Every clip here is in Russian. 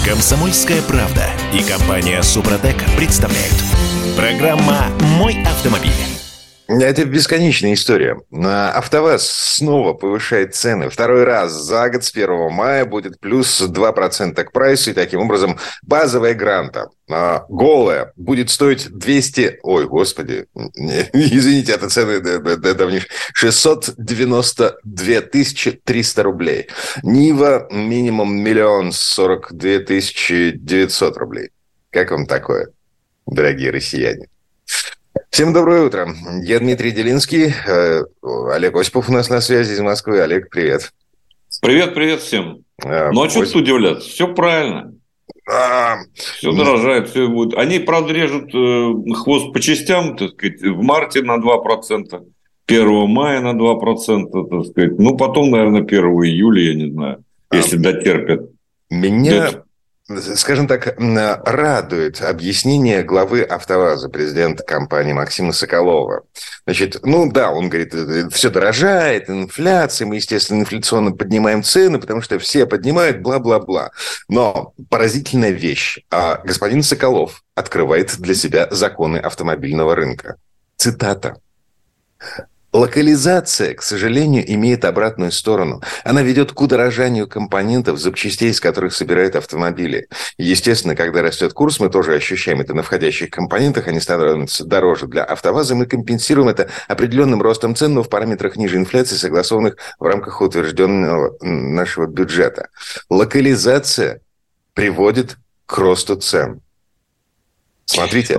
Комсомольская правда и компания «Супротек» представляют. Программа «Мой автомобиль». Это бесконечная история. АвтоВАЗ снова повышает цены. Второй раз за год с 1 мая будет плюс 2% к прайсу. И таким образом базовая гранта голая будет стоить 200... Ой, господи. Извините, это цены давнишние. 692 300 рублей. Нива минимум 1 042 900 рублей. Как вам такое, дорогие россияне? Всем доброе утро. Я Дмитрий Делинский. Олег Осипов у нас на связи из Москвы. Олег, привет. Привет всем. Ну, а что тут удивляться? Все правильно. Все дорожает, все будет. Они, правда, режут хвост по частям, так сказать, в марте на 2%, 1 мая на 2%, так сказать. Ну, потом, наверное, 1 июля, я не знаю, если дотерпят. Меня... Скажем так, радует объяснение главы АвтоВАЗа, президента компании Максима Соколова. Значит, он говорит, все дорожает, инфляция, мы, естественно, инфляционно поднимаем цены, потому что все поднимают, бла-бла-бла. Но поразительная вещь. Господин Соколов открывает для себя законы автомобильного рынка. Цитата. Локализация, к сожалению, имеет обратную сторону. Она ведет к удорожанию компонентов, запчастей, из которых собирают автомобили. Естественно, когда растет курс, мы тоже ощущаем это на входящих компонентах, они становятся дороже для АвтоВАЗа, мы компенсируем это определенным ростом цен, но в параметрах ниже инфляции, согласованных в рамках утвержденного нашего бюджета. Локализация приводит к росту цен. Смотрите.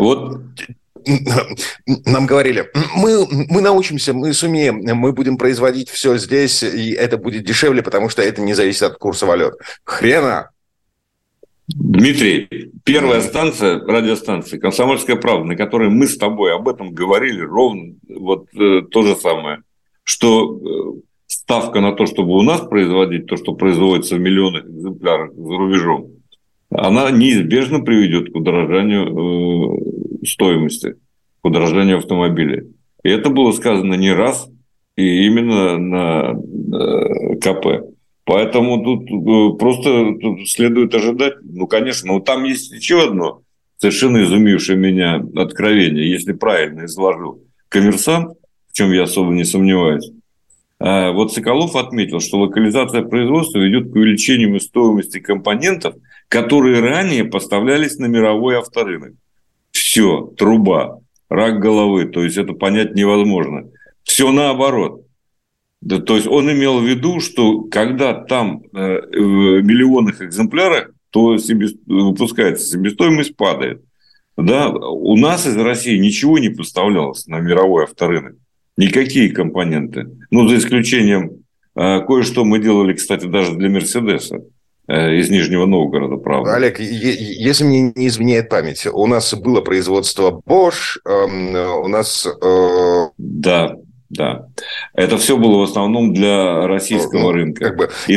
Нам говорили, мы научимся, мы сумеем, мы будем производить все здесь, и это будет дешевле, потому что это не зависит от курса валют. Хрена! Дмитрий, первая станция, радиостанция «Комсомольская правда», на которой мы с тобой об этом говорили, ровно то же самое, что ставка на то, чтобы у нас производить то, что производится в миллионах экземплярах за рубежом, она неизбежно приведет к удорожанию стоимости, к удорожанию автомобиля. И это было сказано не раз, и именно на КП. Поэтому тут просто следует ожидать. Конечно, там есть еще одно совершенно изумившее меня откровение, если правильно изложил коммерсант, в чем я особо не сомневаюсь. Соколов отметил, что локализация производства ведет к увеличению стоимости компонентов, которые ранее поставлялись на мировой авторынок. Все, труба, рак головы, то есть это понять невозможно. Все наоборот. То есть он имел в виду, что когда там в миллионах экземплярах, то выпускается, себестоимость падает. Да? У нас из России ничего не поставлялось на мировой авторынок. Никакие компоненты. За исключением, кое-что мы делали, кстати, даже для «Мерседеса». Из Нижнего Новгорода, правда. Олег, если мне не изменяет память, у нас было производство Bosch, у нас... Да. Это все было в основном для российского рынка. И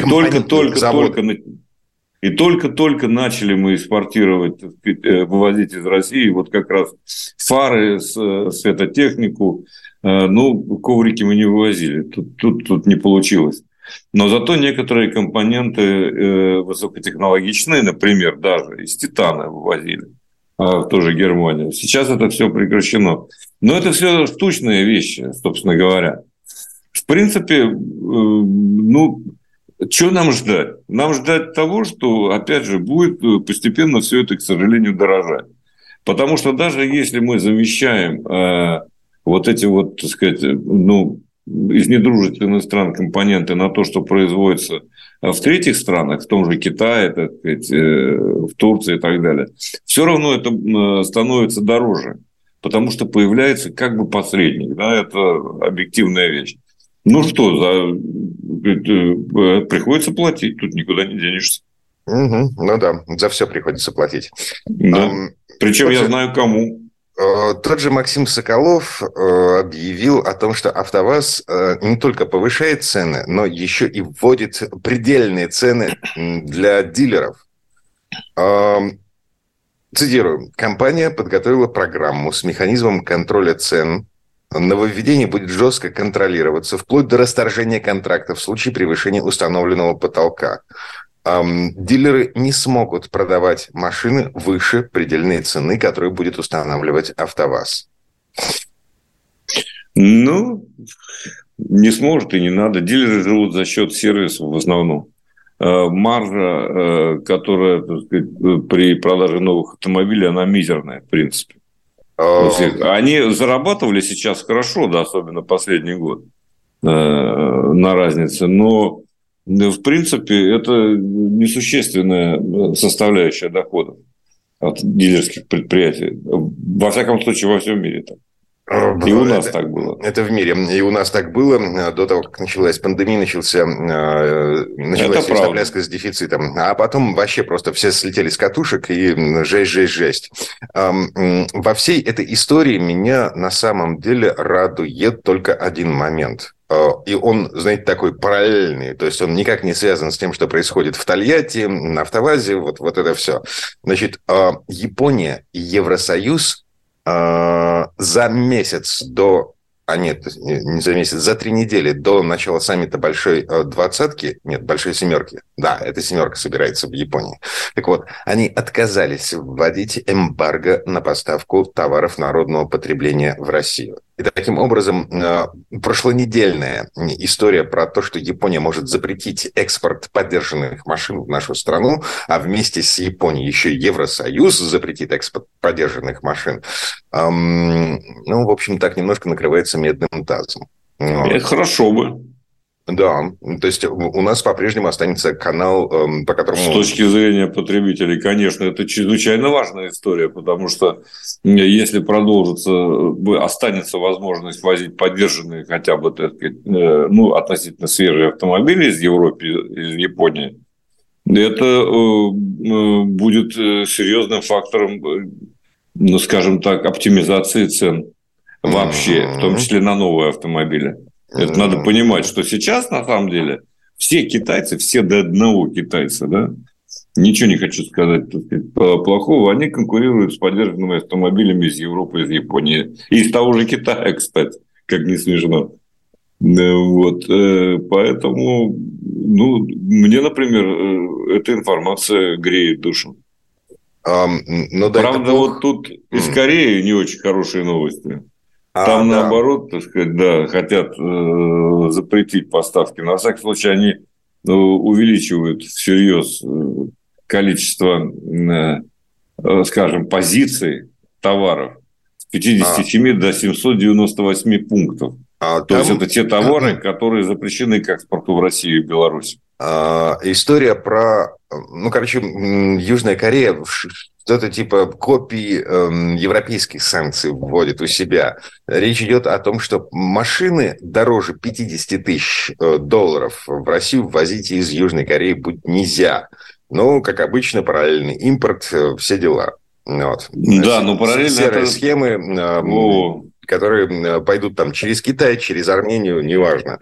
только начали мы экспортировать, вывозить из России как раз фары, светотехнику. Коврики мы не вывозили. Тут не получилось. Но зато некоторые компоненты высокотехнологичные, например, даже из титана вывозили в ту же Германию. Сейчас это все прекращено. Но это все штучные вещи, собственно говоря. В принципе, что нам ждать? Нам ждать того, что, опять же, будет постепенно все это, к сожалению, дорожать. Потому что даже если мы замещаем эти так сказать, из недружественных стран компоненты на то, что производится в третьих странах, в том же Китае, так сказать, в Турции и так далее, все равно это становится дороже, потому что появляется как бы посредник. Да, это объективная вещь. Приходится платить, тут никуда не денешься. За все приходится платить. Да. Причем я знаю, кому. Тот же Максим Соколов объявил о том, что АвтоВАЗ не только повышает цены, но еще и вводит предельные цены для дилеров. Цитирую. Компания подготовила программу с механизмом контроля цен. Нововведение будет жестко контролироваться, вплоть до расторжения контракта в случае превышения установленного потолка. Дилеры не смогут продавать машины выше предельной цены, которую будет устанавливать АвтоВАЗ. Ну, не сможет и не надо. Дилеры живут за счет сервиса в основном. Маржа, которая, так сказать, при продаже новых автомобилей, она мизерная, в принципе. Они зарабатывали сейчас хорошо, да, особенно последний год, на разнице, но, в принципе, это несущественная составляющая доходов от дилерских предприятий. Во всяком случае, во всем мире так. И у нас так было. Это в мире. И у нас так было до того, как началась пандемия, началась пляска с дефицитом. А потом вообще просто все слетели с катушек и жесть. Во всей этой истории меня на самом деле радует только один момент. И он, знаете, такой параллельный. То есть он никак не связан с тем, что происходит в Тольятти, на АвтоВАЗе, вот это все. Значит, Япония и Евросоюз за месяц до... нет, не за месяц, за 3 недели до начала саммита Большой Двадцатки, нет, Большой Семерки, да, эта семерка собирается в Японии. Так вот, они отказались вводить эмбарго на поставку товаров народного потребления в Россию. И таким образом, прошлонедельная история про то, что Япония может запретить экспорт подержанных машин в нашу страну, а вместе с Японией еще и Евросоюз запретит экспорт подержанных машин, в общем, так немножко накрывается медным тазом. Это хорошо бы. Да, то есть у нас по-прежнему останется канал, по которому... С точки зрения потребителей, конечно, это чрезвычайно важная история, потому что если останется возможность возить подержанные хотя бы, так сказать, относительно свежие автомобили из Европы, из Японии, это будет серьезным фактором, скажем так, оптимизации цен вообще, в том числе на новые автомобили. Это надо понимать, что сейчас, на самом деле, все китайцы, все до одного китайца, да, ничего не хочу сказать, так сказать, плохого, они конкурируют с подержанными автомобилями из Европы, из Японии. И из того же Китая, кстати, как не смешно. Вот. Поэтому, мне, например, эта информация греет душу. Правда, вот тут из Кореи не очень хорошие новости. Там, наоборот, так сказать, да, хотят запретить поставки. Но, во всяком случае, они увеличивают всерьез количество, скажем, позиций товаров с 57 до 798 пунктов. То есть, это те товары, которые запрещены к экспорту в Россию и Беларусь. История про... Южная Корея что-то типа копии европейских санкций вводит у себя. Речь идет о том, что машины дороже 50 тысяч долларов в Россию ввозить из Южной Кореи будет нельзя. Как обычно, параллельный импорт, все дела. Вот. Да, но параллельно... Серые схемы, которые пойдут там через Китай, через Армению, неважно.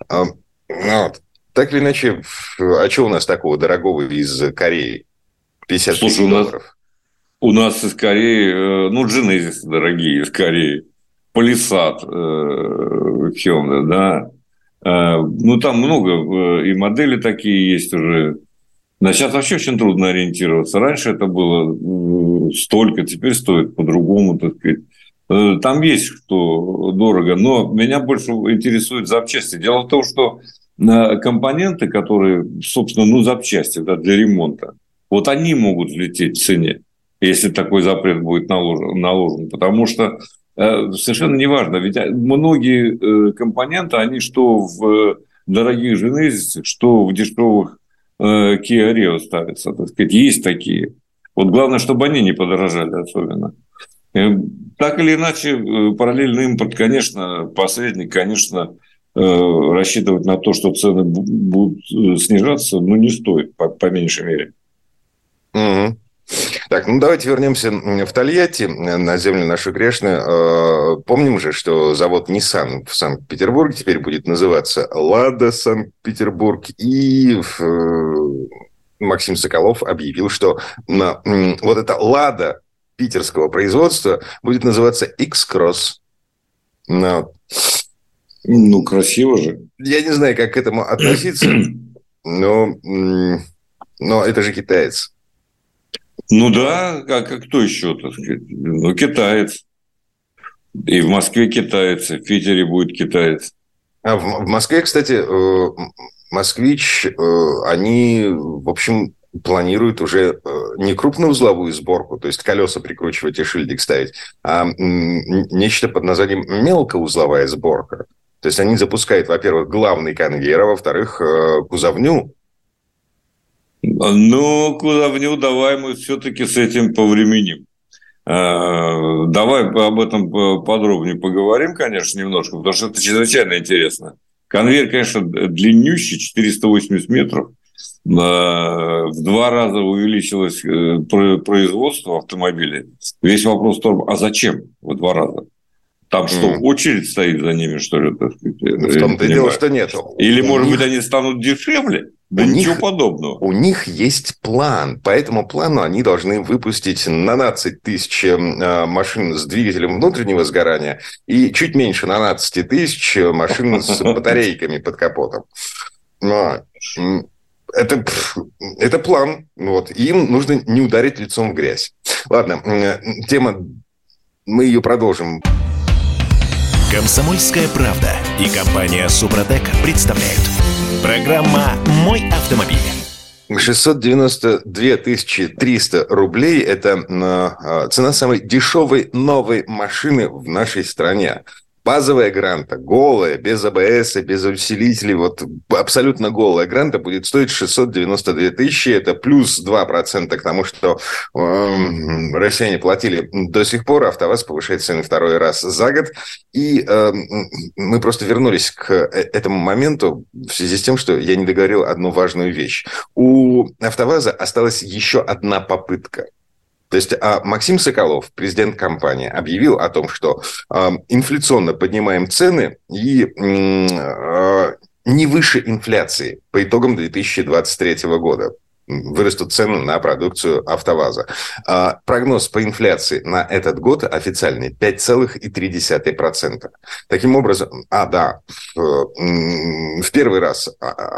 Вот. Так или иначе, а что у нас такого дорогого из Кореи? 50 тысяч долларов. У нас из Кореи, Genesis дорогие из Кореи, Palisade, Hyundai, да. Там много и модели такие есть уже. Сейчас вообще очень трудно ориентироваться. Раньше это было столько, теперь стоит по-другому, так сказать. Там есть что дорого, но меня больше интересуют запчасти. Дело в том, что компоненты, которые, собственно, запчасти, да, для ремонта, вот они могут взлететь в цене, если такой запрет будет наложен. Потому что совершенно неважно, ведь многие компоненты, они что в дорогих Genesis, что в дешевых Kia Rio ставятся, так сказать, есть такие. Вот главное, чтобы они не подорожали особенно. Так или иначе, параллельный импорт, конечно, посредник, конечно, рассчитывать на то, что цены будут снижаться, не стоит, по меньшей мере. Угу. Так, давайте вернемся в Тольятти, на землю нашу грешную. Помним же, что завод Nissan в Санкт-Петербурге теперь будет называться «Лада Санкт-Петербург». И Максим Соколов объявил, что вот эта «Лада» питерского производства будет называться X-Cross. Красиво же. Я не знаю, как к этому относиться, но... Но это же китаец. Ну да, а кто еще, так сказать? Ну, китаец. И в Москве китаец, и в Питере будет китаец. А в Москве, кстати, «Москвич», они, в общем, планируют уже не крупноузловую сборку, то есть колеса прикручивать и шильдик ставить, а нечто под названием мелкоузловая сборка. То есть они запускают, во-первых, главный конвейер, а во-вторых, кузовню. Ну, кузовню давай мы все-таки с этим повременим. Давай об этом подробнее поговорим, конечно, немножко, потому что это чрезвычайно интересно. Конвейер, конечно, длиннющий, 480 метров. В 2 раза увеличилось производство автомобилей. Весь вопрос в том, а зачем в 2 раза? Там что, очередь стоит за ними, что ли? Так сказать? В том-то и дело, что нет. Или, может быть, они станут дешевле? Да ничего подобного. У них есть план. По этому плану они должны выпустить на 12 тысяч машин с двигателем внутреннего сгорания и чуть меньше 12 тысяч машин с батарейками под капотом. Это план. Вот. Им нужно не ударить лицом в грязь. Ладно, тема, мы ее продолжим. «Комсомольская правда» и компания «Супротек» представляют. Программа «Мой автомобиль». 692 300 рублей – это цена самой дешевой новой машины в нашей стране. Базовая гранта, голая, без АБС, без усилителей, вот абсолютно голая гранта будет стоить 692 тысячи. Это плюс 2% к тому, что россияне платили до сих пор. АвтоВАЗ повышает цены 2-й раз за год. И мы просто вернулись к этому моменту в связи с тем, что я не договорил одну важную вещь. У АвтоВАЗа осталась еще одна попытка. То есть Максим Соколов, президент компании, объявил о том, что инфляционно поднимаем цены и не выше инфляции по итогам 2023 года. Вырастут цены на продукцию АвтоВАЗа. Прогноз по инфляции на этот год официальный 5,3%. Таким образом, в первый раз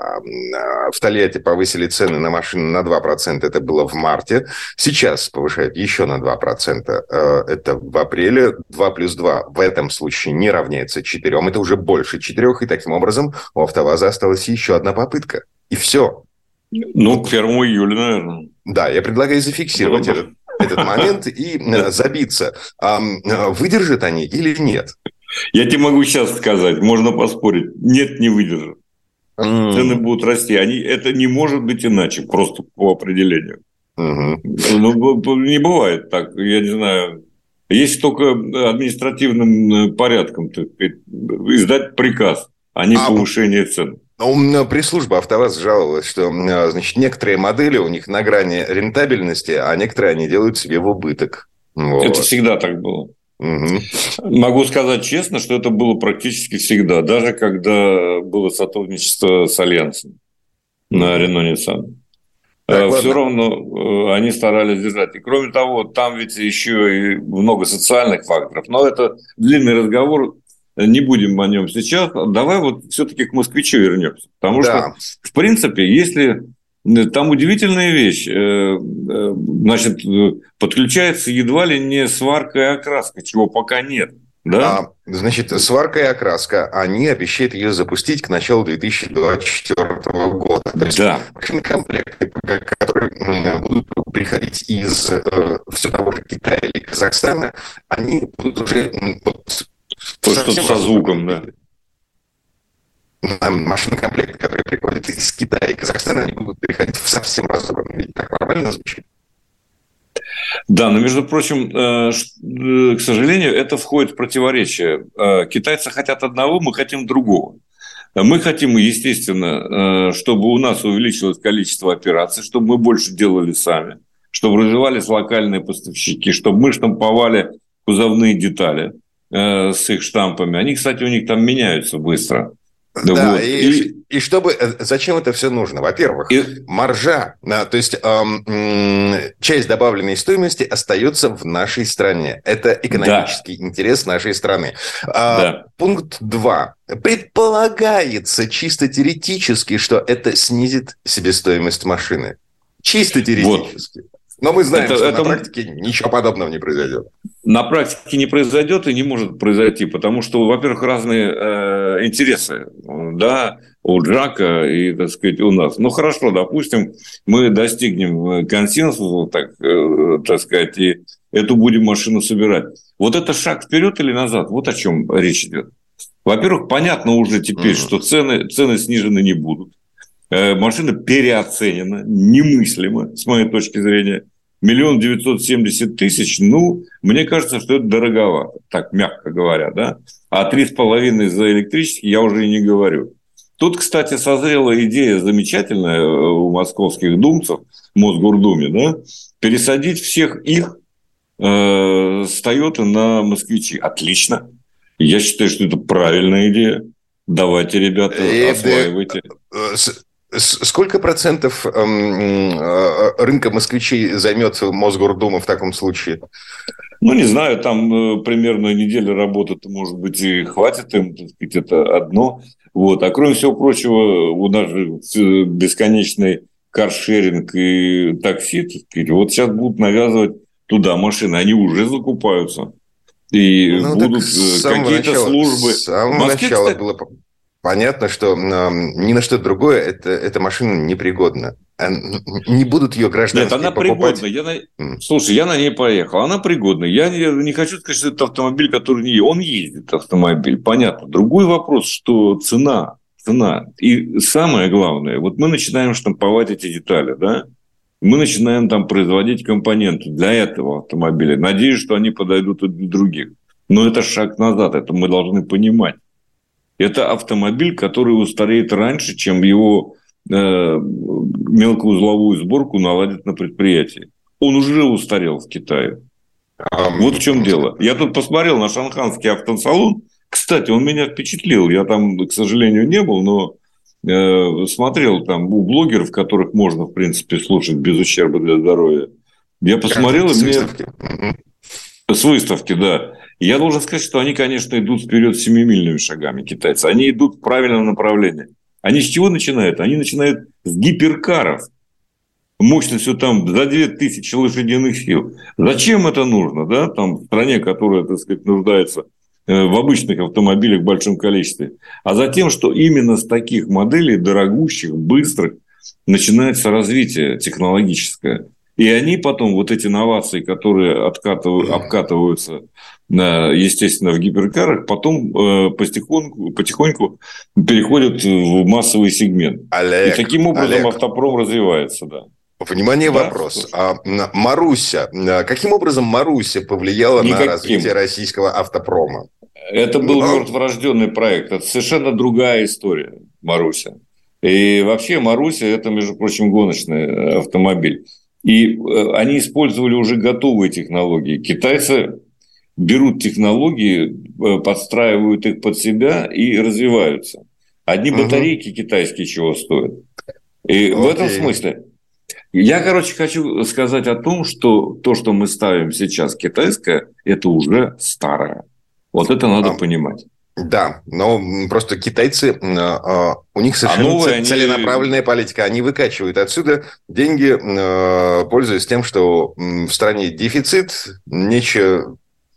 в Тольятти повысили цены на машины на 2%, это было в марте. Сейчас повышают еще на 2%, это в апреле. 2 плюс 2 в этом случае не равняется 4, это уже больше 4, и таким образом у АвтоВАЗа осталась еще одна попытка. И все. Ну, к 1 июля, наверное. Да, я предлагаю зафиксировать этот момент и забиться. Выдержат они или нет? Я тебе могу сейчас сказать, можно поспорить. Нет, не выдержат. Цены будут расти. Это не может быть иначе, просто по определению. Ну, не бывает так, я не знаю. Есть только административным порядком, так сказать, издать приказ, а не повышение цен. Пресс-служба АвтоВАЗ жаловалась, что, значит, некоторые модели у них на грани рентабельности, а некоторые они делают себе в убыток. Вот. Это всегда так было. Могу сказать честно, что это было практически всегда, даже когда было сотрудничество с Альянсом на Renault-Nissan. Все равно они старались держать. И кроме того, там ведь еще и много социальных факторов. Но это длинный разговор. Не будем о нем сейчас. Давай вот все-таки к «Москвичу» вернемся. Потому что, в принципе, если там удивительная вещь, значит, подключается едва ли не сварка и окраска, чего пока нет. Да? Значит, сварка и окраска, они обещают ее запустить к началу 2024 года. То есть машины-комплекты, которые будут приходить из все того же Китая или Казахстана, они будут уже... Что-то со звуком, да. Машины-комплекты, которые приходят из Китая и Казахстана, они будут переходить в совсем разобранном виде. Так нормально звучит? Да, но, между прочим, к сожалению, это входит в противоречие. Китайцы хотят одного, мы хотим другого. Мы хотим, естественно, чтобы у нас увеличилось количество операций, чтобы мы больше делали сами, чтобы развивались локальные поставщики, чтобы мы штамповали кузовные детали с их штампами. Они, кстати, у них там меняются быстро. Да, вот. И чтобы... Зачем это все нужно? Во-первых, маржа, то есть часть добавленной стоимости остается в нашей стране. Это экономический интерес нашей страны. Пункт 2. Предполагается чисто теоретически, что это снизит себестоимость машины. Чисто теоретически. Вот. Но мы знаем, что на практике ничего подобного не произойдет. На практике не произойдет и не может произойти, потому что, во-первых, разные интересы, да, у Джака и, так сказать, у нас. Ну, хорошо, допустим, мы достигнем консенсуса, так сказать, и эту будем машину собирать. Вот это шаг вперед или назад? Вот о чем речь идет. Во-первых, понятно уже теперь, что цены снижены не будут. Машина переоценена, немыслимо, с моей точки зрения. 1 970 000, мне кажется, что это дороговато, так мягко говоря, да. А 3,5 за электрический я уже и не говорю. Тут, кстати, созрела идея замечательная у московских думцев, в Мосгордуме, да, пересадить всех их с Тойоты на москвичи. Отлично. Я считаю, что это правильная идея. Давайте, ребята, осваивайте. Сколько процентов рынка москвичей займет Мосгордума в таком случае? Не знаю, там примерно неделя работы, может быть, и хватит им, так сказать, это одно. Вот. А кроме всего прочего, у нас же бесконечный каршеринг и такси, так сказать, вот сейчас будут навязывать туда машины, они уже закупаются. И будут какие-то службы. С самого начала было понятно, что ни на что другое эта машина непригодна. Не будут ее гражданские покупать. Нет, она пригодна. Слушай, я на ней поехал. Она пригодна. Я не хочу сказать, что это автомобиль, который не... Он ездит, автомобиль, понятно. Другой вопрос, что цена. И самое главное, вот мы начинаем штамповать эти детали, да? Мы начинаем там производить компоненты для этого автомобиля. Надеюсь, что они подойдут и для других. Но это шаг назад, это мы должны понимать. Это автомобиль, который устареет раньше, чем его мелкоузловую сборку наладят на предприятии. Он уже устарел в Китае. Вот в чем дело. Я тут посмотрел на шанхайский автосалон. Кстати, он меня впечатлил. Я там, к сожалению, не был, но смотрел там у блогеров, которых можно, в принципе, слушать без ущерба для здоровья. Я посмотрел, и мне... С выставки, да. Я должен сказать, что они, конечно, идут вперед семимильными шагами, китайцы. Они идут в правильном направлении. Они с чего начинают? Они начинают с гиперкаров. Мощностью там за 2000 лошадиных сил. Зачем это нужно, да? Там в стране, которая, так сказать, нуждается в обычных автомобилях в большом количестве. А затем, что именно с таких моделей, дорогущих, быстрых, начинается развитие технологическое. И они потом, вот эти новации, которые обкатываются, естественно, в гиперкарах, потом потихоньку переходят в массовый сегмент. И таким образом автопром развивается, да. Внимание, да? Вопрос. Маруся. Каким образом Маруся повлияла на развитие российского автопрома? Это был мертворожденный проект. Это совершенно другая история, Маруся. И вообще Маруся – это, между прочим, гоночный автомобиль. И они использовали уже готовые технологии. Китайцы берут технологии, подстраивают их под себя и развиваются. Одни батарейки китайские чего стоят. И в этом смысле... Я, хочу сказать о том, что то, что мы ставим сейчас китайское, это уже старое. Вот это надо понимать. Да, но просто китайцы, у них совершенно целенаправленная политика. Они выкачивают отсюда деньги, пользуясь тем, что в стране дефицит, нечего...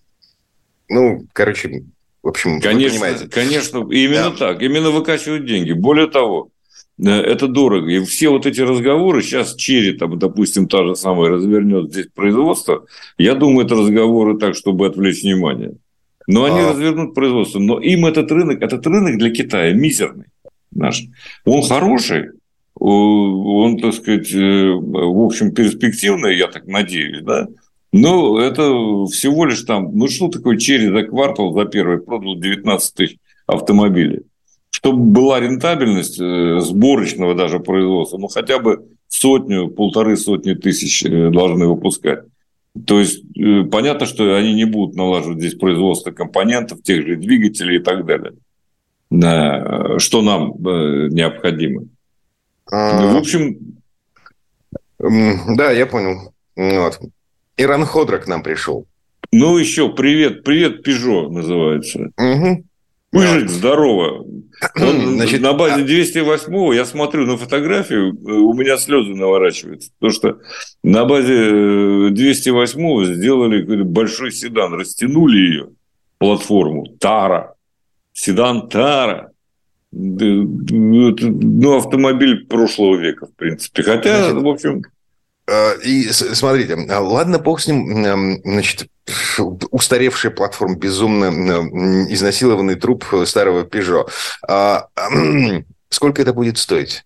в общем, конечно, вы понимаете. Конечно, именно так. Именно выкачивают деньги. Более того, это дорого. И все вот эти разговоры, сейчас Черри, там, допустим, та же самая развернет здесь производство, я думаю, это разговоры так, чтобы отвлечь внимание. Но они развернут производство. Но им этот рынок для Китая мизерный наш. Он хороший, он, так сказать, в общем, перспективный, я так надеюсь, да. Но это всего лишь там, что такое Черри за квартал, за первый продал 19 тысяч автомобилей. Чтобы была рентабельность сборочного даже производства, хотя бы 100-1,5 тысяч должны выпускать. То есть, понятно, что они не будут налаживать здесь производство компонентов, тех же двигателей и так далее. Что нам необходимо. В общем... Да, я понял. Вот. Иран Ходро к нам пришел. Еще привет, Peugeot называется. Угу. Пыжик здорово. Значит, На базе 208-го я смотрю на фотографию, у меня слезы наворачиваются. Потому что на базе 208-го сделали большой седан, растянули ее, платформу, Тара. Седан Тара. Ну, автомобиль прошлого века, в принципе. Хотя, в общем... И смотрите, ладно, бог с ним, значит, устаревшая платформа, безумно изнасилованный труп старого Peugeot. Сколько это будет стоить?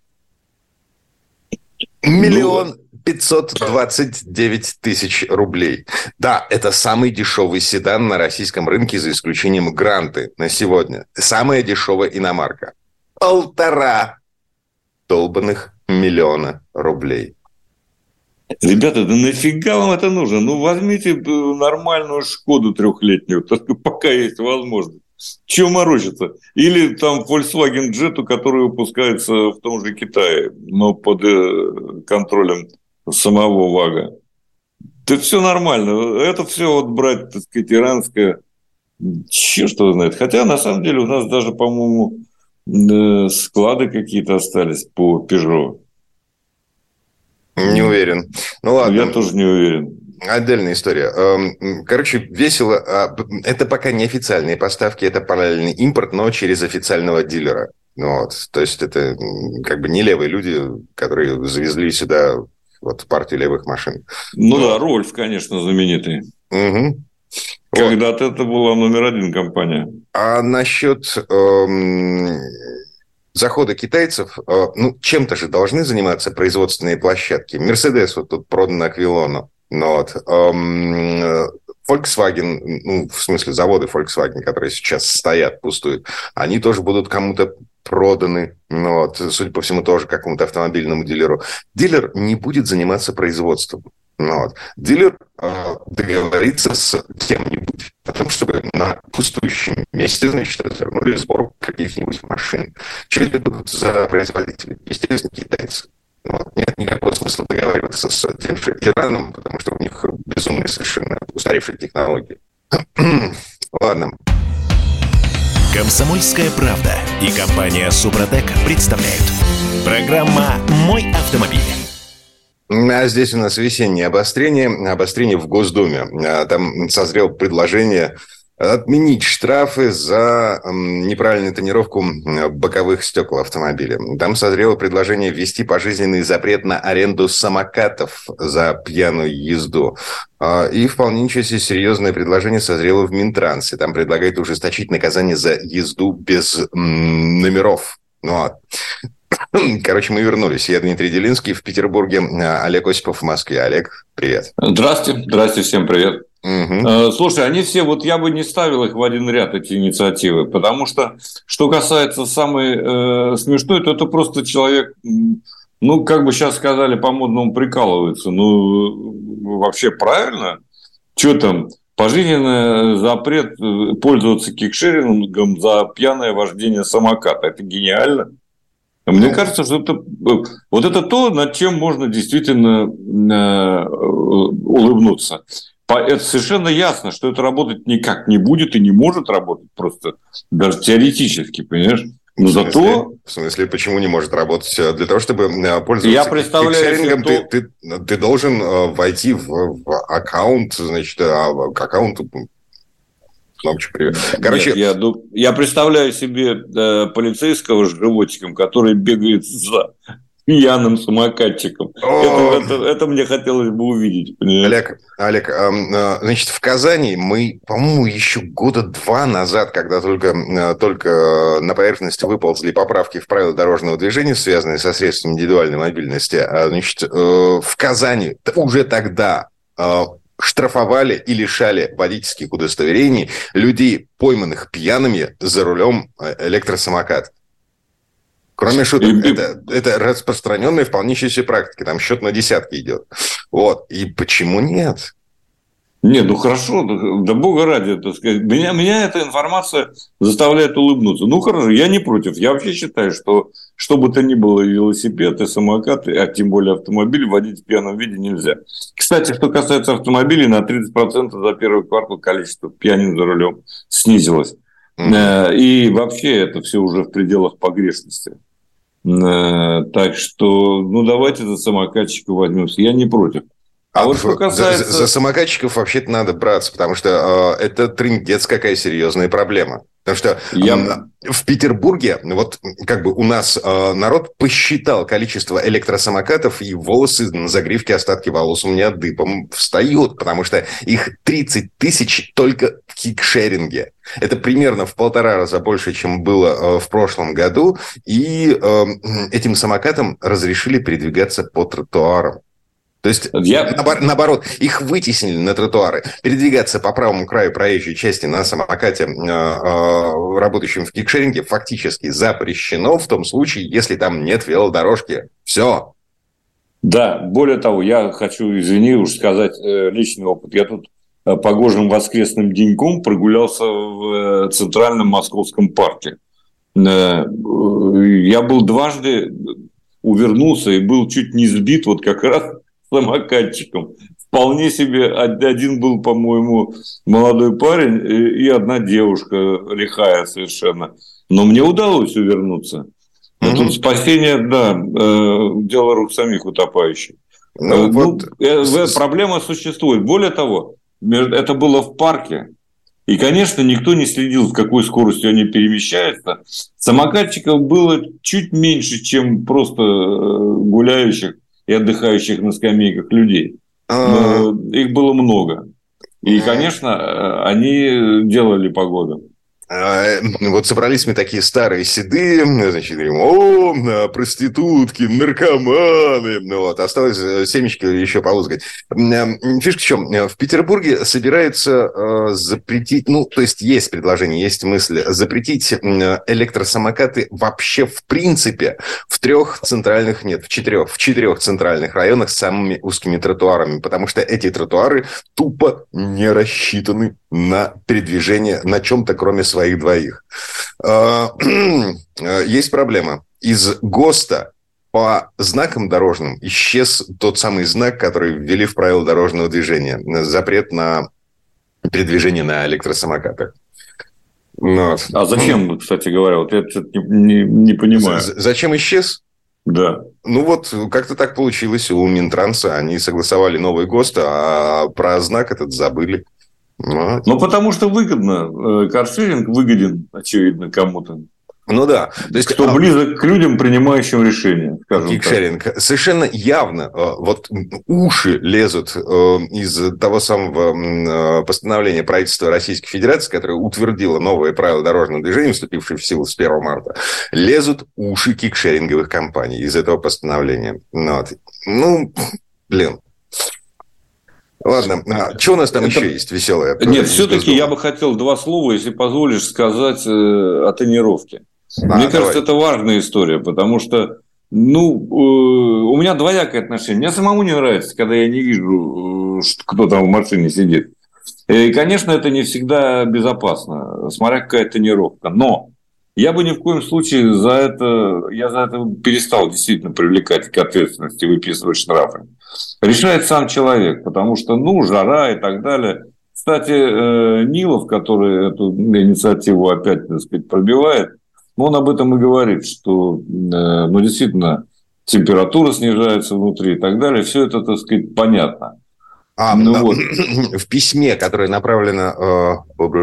1 529 000 рублей. Да, это самый дешевый седан на российском рынке, за исключением Гранты на сегодня. Самая дешевая иномарка. 1,5 долбанных миллиона рублей. Ребята, да нафига вам это нужно? Ну, возьмите нормальную Шкоду 3-летнюю, пока есть возможность. Чего морочиться? Или там Volkswagen Jetta, который выпускается в том же Китае, но под контролем самого ВАГа. Да все нормально. Это все вот брать, так сказать, иранское, черт его знает. Хотя, на самом деле, у нас даже, по-моему, склады какие-то остались по Peugeot. Не уверен. Ну ладно. Я тоже не уверен. Отдельная история. Короче, весело. Это пока не официальные поставки, это параллельный импорт, но через официального дилера. Вот. То есть это как бы не левые люди, которые завезли сюда вот партию левых машин. Ну да, Рольф, конечно, знаменитый. Угу. Когда-то это была номер 1 компания. А насчет захода китайцев, ну, чем-то же должны заниматься производственные площадки. Мерседес вот тут продан Аквилону. Вот. Volkswagen, ну, в смысле заводы Volkswagen, которые сейчас стоят, пустуют, они тоже будут кому-то проданы, ну, вот, судя по всему, тоже какому-то автомобильному дилеру. Дилер не будет заниматься производством. Ну, вот. Дилер договорится с кем-нибудь о том, чтобы на пустующем месте, значит, развернули сбор каких-нибудь машин. Что это будут за производители? Естественно, китайцы. Вот. Нет никакого смысла договариваться с тем же Ираном, потому что у них безумные совершенно устаревшие технологии. Ладно. Комсомольская правда и компания Супротек представляют. Программа «Мой автомобиль». А здесь у нас весеннее обострение в Госдуме. Там созрело предложение отменить штрафы за неправильную тонировку боковых стекол автомобиля. Там созрело предложение ввести пожизненный запрет на аренду самокатов за пьяную езду. И вполне ничего себе серьезное предложение созрело в Минтрансе. Там предлагают ужесточить наказание за езду без номеров. Вот. Короче, мы вернулись. Я Дмитрий Делинский в Петербурге, Олег Осипов в Москве. Олег, привет. Здрасте, всем привет. Угу. Слушай, они все, вот я бы не ставил их в один ряд, эти инициативы, потому что касается самой смешной, то это просто человек, ну, как бы сейчас сказали, по-модному прикалывается. Ну, вообще правильно? Что там? Пожизненный запрет пользоваться кикшерингом за пьяное вождение самоката. Это гениально. Мне кажется, что это то, над чем можно действительно улыбнуться. Это совершенно ясно, что это работать никак не будет и не может работать просто даже теоретически, понимаешь? Но в смысле, почему не может работать? Для того, чтобы пользоваться кикшерингом, ты должен войти в аккаунт, значит, к аккаунту. Короче, я представляю себе полицейского с животиком, который бегает за пьяным самокатчиком. Это мне хотелось бы увидеть. Олег, значит, в Казани мы, по-моему, еще 2 года назад, когда только на поверхность выползли поправки в правила дорожного движения, связанные со средствами индивидуальной мобильности, значит, в Казани уже тогда штрафовали и лишали водительских удостоверений людей, пойманных пьяными за рулем электросамоката. Кроме шуток, это распространенная вполнейшая практика. Там счет на десятки идет. Вот. И почему нет? Нет, ну хорошо, да бога ради, так сказать. Меня эта информация заставляет улыбнуться. Ну хорошо, я не против. Я вообще считаю, что бы то ни было, велосипед и самокат, а тем более автомобиль, водить в пьяном виде нельзя. Кстати, что касается автомобилей, на 30% за первый квартал количество пьянин за рулем снизилось. И вообще это все уже в пределах погрешности. Так что, давайте за самокатчика возьмемся. Я не против. А вот что касается... За самокатчиков вообще-то надо браться, потому что это трындец какая серьезная проблема. Потому что в Петербурге, вот как бы у нас народ посчитал количество электросамокатов, и волосы на загривке, остатки волос у меня дыбом встают, потому что их 30 тысяч только в кикшеринге. Это примерно в 1,5 раза больше, чем было в прошлом году, и этим самокатам разрешили передвигаться по тротуарам. То есть, наоборот, их вытеснили на тротуары. Передвигаться по правому краю проезжей части на самокате, работающем в кикшеринге, фактически запрещено в том случае, если там нет велодорожки. Все. Да, более того, я хочу, сказать личный опыт. Я тут погожим воскресным деньком прогулялся в центральном московском парке. Я был дважды, увернулся и был чуть не сбит вот как раз самокатчиком. Вполне себе один был, по-моему, молодой парень и одна девушка, лихая совершенно. Но мне удалось увернуться. Тут спасение, дело рук самих утопающих. Проблема существует. Более того, это было в парке. И, конечно, никто не следил, с какой скоростью они перемещаются. Самокатчиков было чуть меньше, чем просто гуляющих и отдыхающих на скамейках людей. Но их было много. И, конечно, они делали погоду. Вот собрались мы такие старые, седые, значит, говорим, проститутки, наркоманы. Осталось семечки еще полузгать. Фишка в чем? В Петербурге собираются запретить, то есть есть предложение, есть мысль, запретить электросамокаты вообще в принципе в 4 центральных районах с самыми узкими тротуарами, потому что эти тротуары тупо не рассчитаны на передвижение на чем-то, кроме своих двоих. Есть проблема. Из ГОСТа по знакам дорожным исчез тот самый знак, который ввели в правила дорожного движения. Запрет на передвижение на электросамокатах. А зачем, кстати говоря? Вот я не понимаю. Зачем исчез? Да. Как-то так получилось у Минтранса. Они согласовали новый ГОСТ, а про знак этот забыли. Потому что выгодно. Каршеринг выгоден, очевидно, кому-то. То есть, кто близок к людям, принимающим решения. Кикшеринг. Совершенно явно уши лезут из того самого постановления правительства Российской Федерации, которое утвердило новые правила дорожного движения, вступившие в силу с 1 марта. Лезут уши кикшеринговых компаний из этого постановления. Ладно, что у нас там еще есть веселое? Нет, все-таки я бы хотел 2 слова, если позволишь, сказать о тонировке. Мне кажется, это важная история, потому что у меня двоякое отношение. Мне самому не нравится, когда я не вижу, кто там в машине сидит. И, конечно, это не всегда безопасно, смотря какая тонировка. Но я бы ни в коем случае за это перестал действительно привлекать к ответственности, выписывать штрафы. Решает сам человек, потому что, жара и так далее. Кстати, Нилов, который эту инициативу опять, так сказать, пробивает, он об этом и говорит, что, действительно, температура снижается внутри и так далее. Все это, так сказать, понятно. В письме, которое направлено...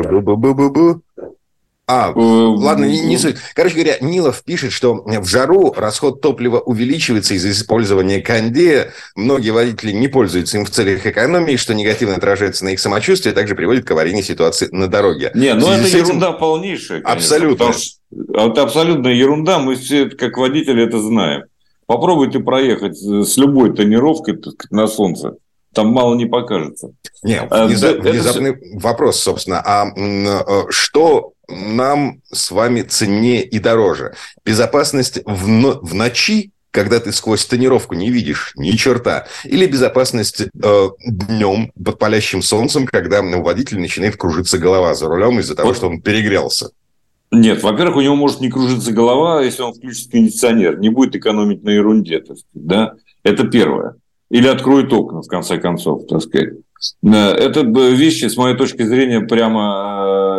Ладно, не суть. Короче говоря, Нилов пишет, что в жару расход топлива увеличивается из-за использования кондея. Многие водители не пользуются им в целях экономии, что негативно отражается на их самочувствии, а также приводит к аварийной ситуации на дороге. Это ерунда полнейшая. Конечно, абсолютно. Это абсолютная ерунда, мы все, как водители, это знаем. Попробуй ты проехать с любой тонировкой, так сказать, на солнце. Там мало не покажется. Внезапный вопрос, собственно. Что нам с вами ценнее и дороже? Безопасность в ночи, когда ты сквозь тонировку не видишь ни черта, или безопасность днем под палящим солнцем, когда у водителя начинает кружиться голова за рулем из-за того, что он перегрелся? Нет, во-первых, у него может не кружиться голова, если он включит кондиционер, не будет экономить на ерунде, так сказать, да? Это первое. Или откроет окна, в конце концов, так сказать. Это вещи, с моей точки зрения, прямо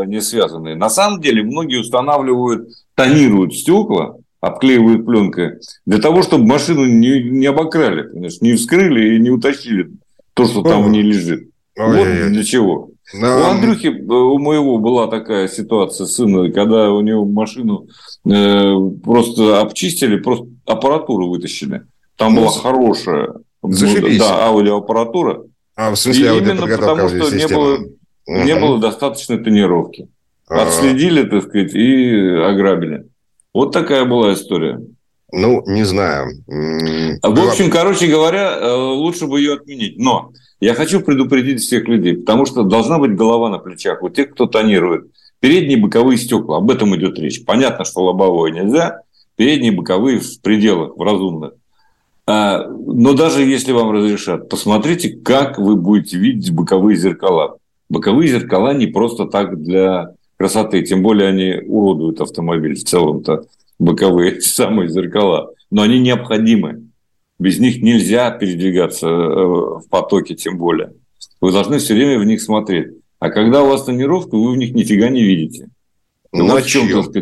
не связанные. На самом деле многие устанавливают, тонируют стекла, обклеивают пленкой, для того, чтобы машину не обокрали, понимаешь, не вскрыли и не утащили то, что там в ней лежит. Вот для чего. У Андрюхи, у моего была такая ситуация с сыном, когда у него машину просто обчистили, просто аппаратуру вытащили. Там была хорошая аудиоаппаратура. В смысле, именно потому, что не было достаточной тонировки. Отследили, так сказать, и ограбили. Вот такая была история. Ну, не знаю. В общем, короче говоря, лучше бы ее отменить. Но я хочу предупредить всех людей, потому что должна быть голова на плечах у тех, кто тонирует. Передние и боковые стекла, об этом идет речь. Понятно, что лобовое нельзя, передние и боковые в пределах, в разумных. Но даже если вам разрешат, посмотрите, как вы будете видеть боковые зеркала. Боковые зеркала не просто так для красоты, тем более они уродуют автомобиль в целом-то, боковые эти самые зеркала. Но они необходимы. Без них нельзя передвигаться в потоке, тем более. Вы должны все время в них смотреть. А когда у вас тонировка, вы в них нифига не видите. Ночью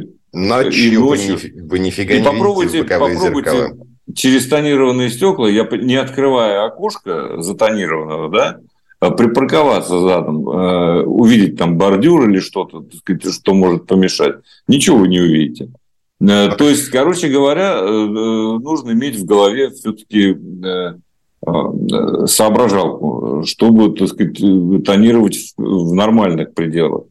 вы нифига не видите боковые зеркала. Через тонированные стекла, не открывая окошко затонированного, да, припарковаться задом, увидеть там бордюр или что-то, так сказать, что может помешать. Ничего вы не увидите. То есть, короче говоря, нужно иметь в голове все-таки соображалку, чтобы, так сказать, тонировать в нормальных пределах.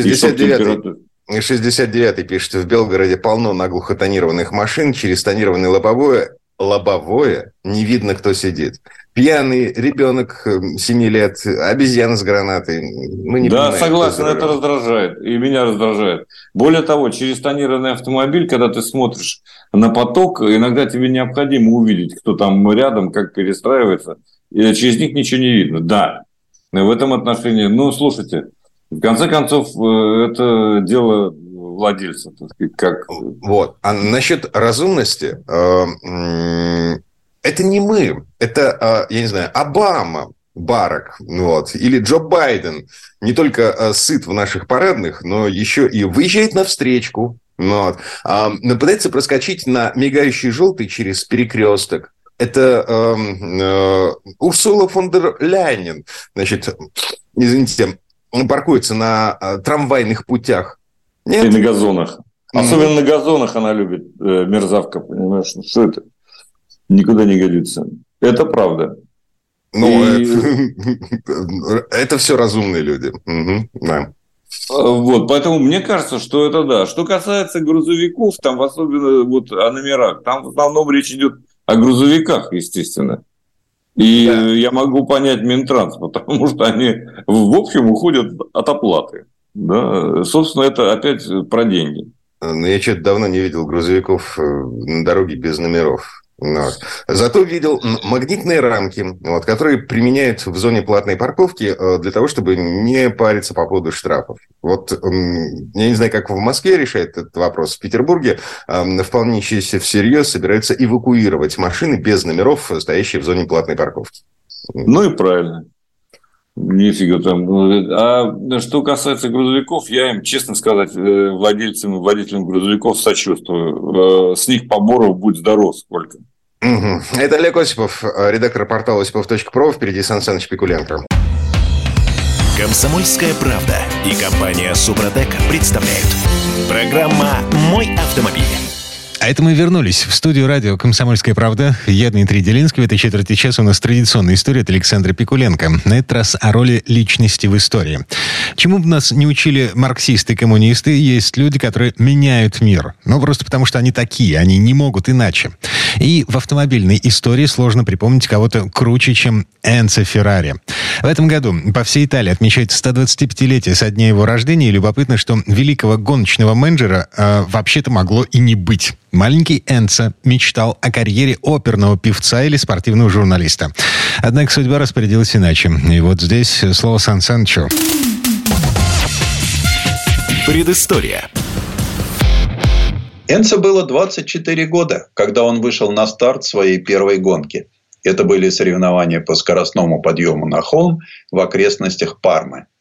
69-й пишет, в Белгороде полно наглухо тонированных машин, через тонированное лобовое не видно, кто сидит. Пьяный ребенок 7 лет, обезьяна с гранатой. Мы не понимаем, согласен, это раздражает. И меня раздражает. Более того, через тонированный автомобиль, когда ты смотришь на поток, иногда тебе необходимо увидеть, кто там рядом, как перестраивается. И через них ничего не видно. Да, в этом отношении. Слушайте, в конце концов, это дело владельца, так сказать, как... Вот. А насчет разумности, это не мы, это, я не знаю, Обама, Барак, или Джо Байден не только сыт в наших парадных, но еще и выезжает на встречку, пытается проскочить на мигающий желтый через перекресток. Это Урсула фон дер Ляйен, извините, он паркуется на трамвайных путях. Нет? И на газонах. Особенно на газонах она любит, мерзавка, понимаешь? Что это? Никуда не годится. Это правда. Это все разумные люди. Да. Вот, поэтому мне кажется, что это да. Что касается грузовиков, там особенно о номерах, там в основном речь идет о грузовиках, естественно. И я могу понять Минтранс, потому что они в общем уходят от оплаты. Да? Собственно, это опять про деньги. Но я что-то давно не видел грузовиков на дороге без номеров. Зато видел магнитные рамки, которые применяют в зоне платной парковки для того, чтобы не париться по поводу штрафов. Я не знаю, как в Москве решает этот вопрос. В Петербурге вполне всерьез собираются эвакуировать машины без номеров, стоящие в зоне платной парковки. Ну и правильно. Нифига там. А что касается грузовиков, я им, честно сказать, владельцам и водителям грузовиков сочувствую. С них поборов будь здоров сколько. Это Олег Осипов, редактор портала осипов.про. Впереди Сан Саныч Пикуленко. Комсомольская правда и компания Супротек представляют. Программа «Мой автомобиль». А это мы вернулись в студию радио «Комсомольская правда». Я Дмитрий Делинский. В этой четверти часа у нас традиционная история от Александра Пикуленко. На этот раз о роли личности в истории. Чему бы нас не учили марксисты и коммунисты, есть люди, которые меняют мир. Просто потому, что они такие, они не могут иначе. И в автомобильной истории сложно припомнить кого-то круче, чем Энцо Феррари. В этом году по всей Италии отмечается 125-летие со дня его рождения. И любопытно, что великого гоночного менеджера вообще-то могло и не быть. Маленький Энцо мечтал о карьере оперного певца или спортивного журналиста. Однако судьба распорядилась иначе. И вот здесь слово Сан Санычу. Предыстория. Энцо было 24 года, когда он вышел на старт своей первой гонки. Это были соревнования по скоростному подъему на холм в окрестностях Пармы. В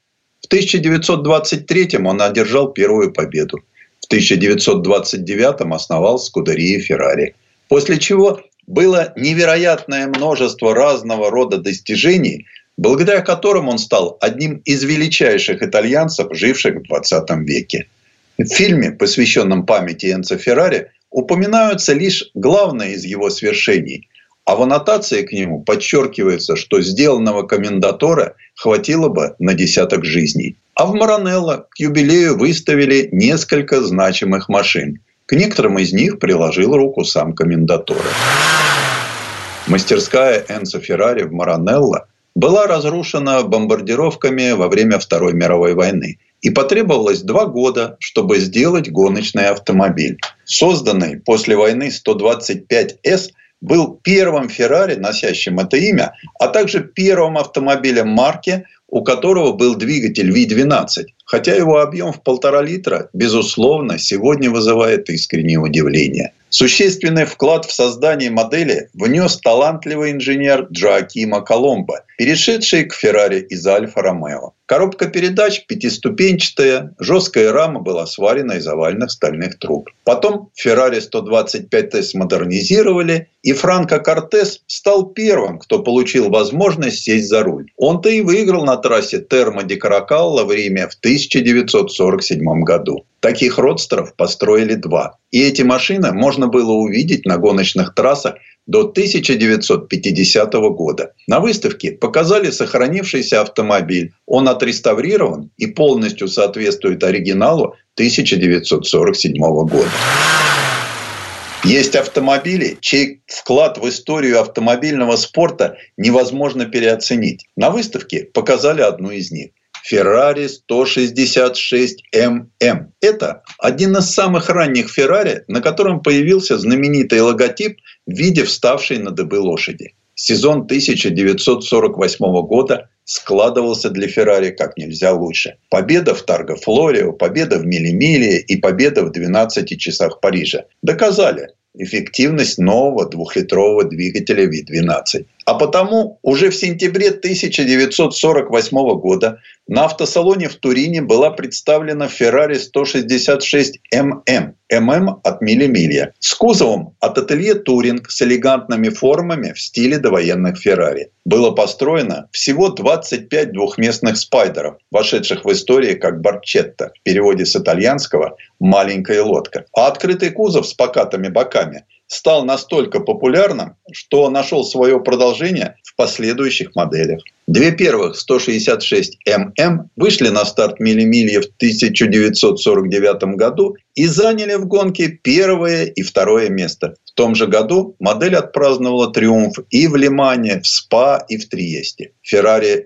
В 1923 он одержал первую победу. В 1929 основал Скудерию Феррари. После чего было невероятное множество разного рода достижений, благодаря которым он стал одним из величайших итальянцев, живших в 20 веке. В фильме, посвященном памяти Энцо Феррари, упоминаются лишь главные из его свершений, а в аннотации к нему подчеркивается, что сделанного комментатора хватило бы на десяток жизней. А в Маранелло к юбилею выставили несколько значимых машин. К некоторым из них приложил руку сам комментатор. Мастерская Энцо Феррари в Маранелло была разрушена бомбардировками во время Второй мировой войны. И потребовалось 2 года, чтобы сделать гоночный автомобиль. Созданный после войны 125С был первым Феррари, носящим это имя, а также первым автомобилем марки, у которого был двигатель V12. Хотя его объем в 1,5 литра, безусловно, сегодня вызывает искреннее удивление. Существенный вклад в создание модели внес талантливый инженер Джоакимо Коломбо, перешедший к Феррари из Альфа-Ромео. Коробка передач 5-ступенчатая, жесткая рама была сварена из овальных стальных труб. Потом Феррари 125С модернизировали, и Франко Кортес стал первым, кто получил возможность сесть за руль. Он-то и выиграл на трассе Термо-ди-Каракалло в Риме в 1947 году. Таких родстеров построили 2. И эти машины можно было увидеть на гоночных трассах до 1950 года. На выставке показали сохранившийся автомобиль. Он отреставрирован и полностью соответствует оригиналу 1947 года. Есть автомобили, чей вклад в историю автомобильного спорта невозможно переоценить. На выставке показали одну из них. Ferrari 166ММ. Это один из самых ранних Ferrari, на котором появился знаменитый логотип в виде вставшей на дыбы лошади. Сезон 1948 года складывался для Ferrari как нельзя лучше. Победа в Тарго-Флорио, победа в Милли-Милли и победа в 12 часах Парижа доказали эффективность нового 2-литрового двигателя V12. А потому уже в сентябре 1948 года на автосалоне в Турине была представлена Ferrari 166ММ. ММ от милли-милья. С кузовом от ателье Туринг с элегантными формами в стиле довоенных Ferrari. Было построено всего 25 двухместных спайдеров, вошедших в историю как барчетта, в переводе с итальянского «маленькая лодка». А открытый кузов с покатыми боками стал настолько популярным, что нашел свое продолжение в последующих моделях. 2 первых 166ММ вышли на старт милли-милья в 1949 году и заняли в гонке 1 и 2 место. В том же году модель отпраздновала триумф и в Лимане, в СПА и в Триесте. Ferrari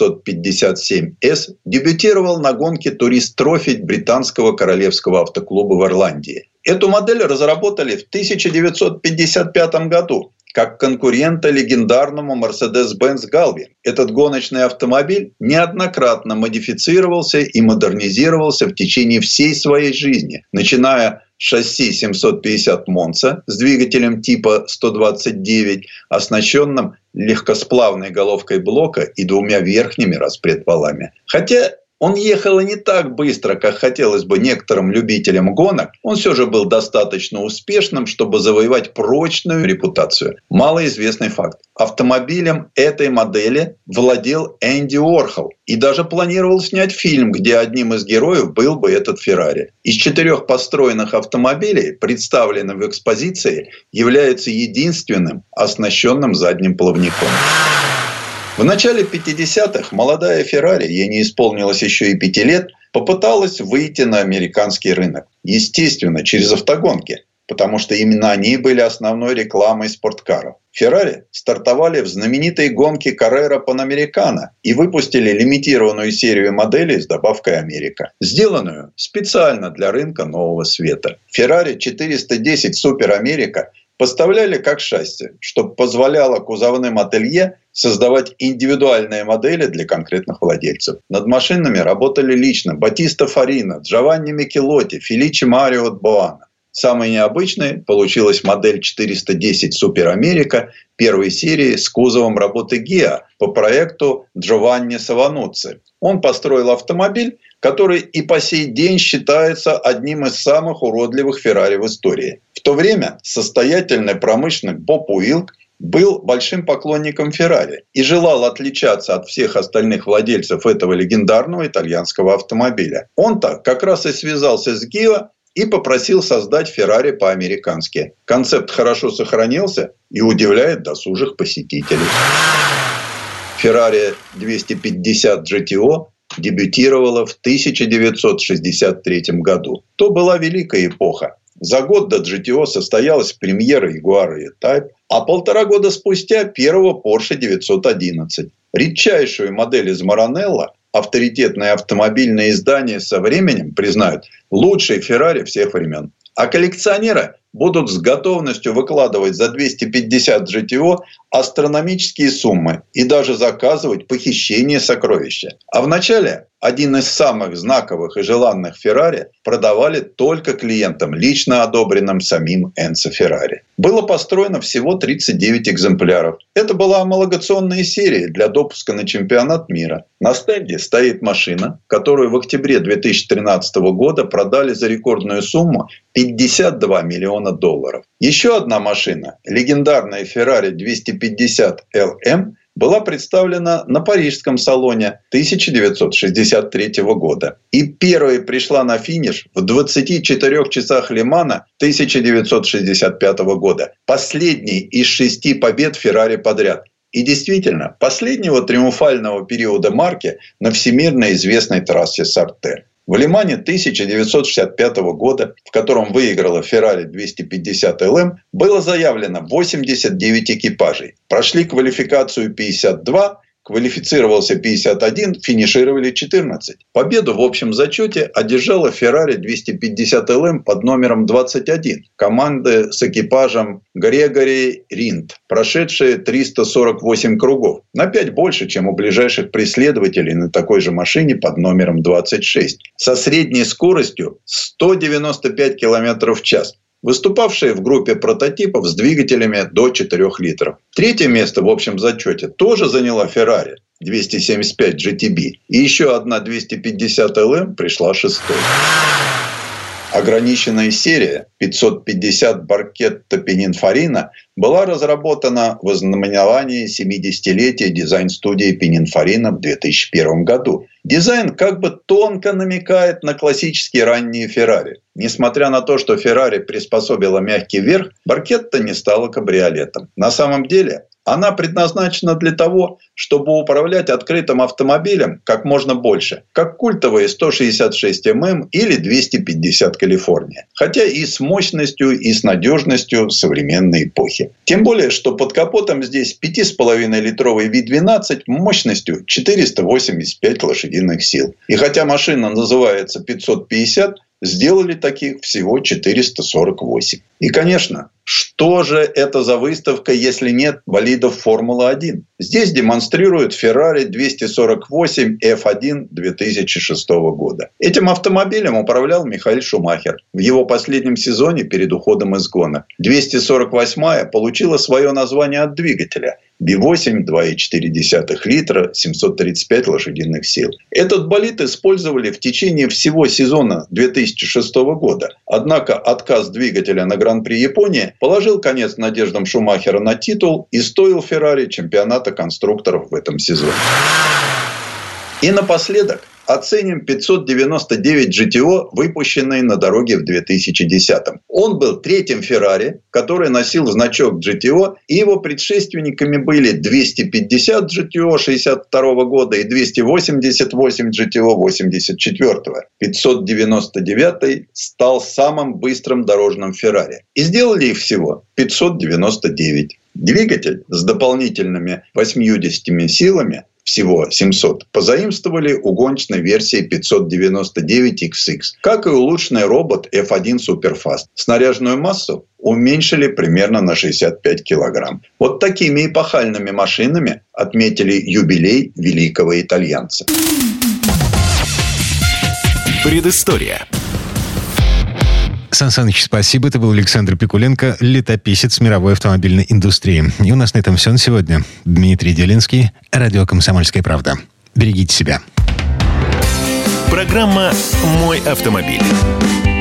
857S дебютировал на гонке турист-трофи британского королевского автоклуба в Ирландии. Эту модель разработали в 1955 году как конкурента легендарному Mercedes-Benz Galvin. Этот гоночный автомобиль неоднократно модифицировался и модернизировался в течение всей своей жизни, начиная с шасси 750 Monza с двигателем типа 129, оснащенным легкосплавной головкой блока и 2 верхними распредвалами. Хотя он ехал и не так быстро, как хотелось бы некоторым любителям гонок, он все же был достаточно успешным, чтобы завоевать прочную репутацию. Малоизвестный факт. Автомобилем этой модели владел Энди Уорхол и даже планировал снять фильм, где одним из героев был бы этот Феррари. Из 4 построенных автомобилей, представленных в экспозиции, является единственным оснащенным задним плавником. В начале 50-х молодая Феррари, ей не исполнилось еще и 5 лет, попыталась выйти на американский рынок. Естественно, через автогонки, потому что именно они были основной рекламой спорткаров. Феррари стартовали в знаменитой гонке Carrera Panamericana и выпустили лимитированную серию моделей с добавкой «Америка», сделанную специально для рынка нового света. Ferrari 410 Super America поставляли как шасси, что позволяло кузовным ателье создавать индивидуальные модели для конкретных владельцев. Над машинами работали лично Батиста Фарина, Джованни Микелотти, Феличи Марио Боана. Самой необычной получилась модель 410 Супер Америка первой серии с кузовом работы ГИА по проекту Джованни Савануцци. Он построил автомобиль, который и по сей день считается одним из самых уродливых Феррари в истории. В то время состоятельный промышленник Боб Уилк был большим поклонником Феррари и желал отличаться от всех остальных владельцев этого легендарного итальянского автомобиля. Он-то как раз и связался с ГИА и попросил создать Феррари по-американски. Концепт хорошо сохранился и удивляет досужих посетителей. Феррари 250 GTO дебютировала в 1963 году. То была великая эпоха. За год до GTO состоялась премьера Jaguar E-Type, а 1,5 года спустя первого Porsche 911. Редчайшую модель из Маранелло авторитетное автомобильное издание со временем признают лучшей Феррари всех времен. А коллекционеры будут с готовностью выкладывать за 250 GTO астрономические суммы и даже заказывать похищение сокровища. А в начале один из самых знаковых и желанных Феррари продавали только клиентам, лично одобренным самим Энцо Феррари. Было построено всего 39 экземпляров. Это была homologaционная серия для допуска на чемпионат мира. На стенде стоит машина, которую в октябре 2013 года продали за рекордную сумму $52 миллиона. Еще одна машина, легендарная Ferrari 250 LM, была представлена на парижском салоне 1963 года. И первой пришла на финиш в 24 часах Ле-Мана 1965 года. Последний из 6 побед Феррари подряд. И действительно, последнего триумфального периода марки на всемирно известной трассе Сартер. В Ле-Мане 1965 года, в котором выиграла Ferrari 250 LM, было заявлено 89 экипажей. Прошли квалификацию 52, квалифицировался 51, финишировали 14. Победу в общем зачете одержала Ferrari 250 LM под номером 21 команды с экипажем Грегори Ринд, прошедшие 348 кругов, на 5 больше, чем у ближайших преследователей на такой же машине под номером 26, со средней скоростью 195 км в час. Выступавшие в группе прототипов с двигателями до 4 литров. Третье место в общем зачете тоже заняла Ferrari 275 GTB. И еще одна 250 LM пришла шестой. Ограниченная серия 550 Баркетта Пининфарина была разработана в ознаменовании 70-летия дизайн-студии Пининфарина в 2001 году. Дизайн как бы тонко намекает на классические ранние Феррари. Несмотря на то, что Феррари приспособила мягкий верх, Баркетта не стала кабриолетом. На самом деле она предназначена для того, чтобы управлять открытым автомобилем как можно больше, как культовые 166 ММ или 250 Калифорния. Хотя и с мощностью, и с надежностью современной эпохи. Тем более, что под капотом здесь 5,5-литровый V12 мощностью 485 лошадиных сил. И хотя машина называется 550, сделали таких всего 448. И, конечно, что же это за выставка, если нет болидов Формулы-1? Здесь демонстрируют Ferrari 248 F1 2006 года. Этим автомобилем управлял Михаэль Шумахер в его последнем сезоне перед уходом из гонок. 248-я получила свое название от двигателя. V8 2,4 литра, 735 лошадиных сил. Этот болид использовали в течение всего сезона 2006 года. Однако отказ двигателя на Гран-при Японии положил конец надеждам Шумахера на титул и стоил Феррари чемпионата конструкторов в этом сезоне. И напоследок оценим 599 GTO, выпущенный на дороге в 2010-м. Он был третьим Феррари, который носил значок GTO, и его предшественниками были 250 GTO 62 года и 288 GTO 84-го. 599 стал самым быстрым дорожным Феррари. И сделали их всего 599. Двигатель с дополнительными 80 силами, всего 700, позаимствовали у гоночной версии 599XX, как и улучшенный робот F1 Superfast. Снаряженную массу уменьшили примерно на 65 килограмм. Вот такими эпохальными машинами отметили юбилей великого итальянца. Предыстория. Сан Саныч, спасибо. Это был Александр Пикуленко, летописец мировой автомобильной индустрии. И у нас на этом все на сегодня. Дмитрий Делинский, радио «Комсомольская правда». Берегите себя. Программа «Мой автомобиль».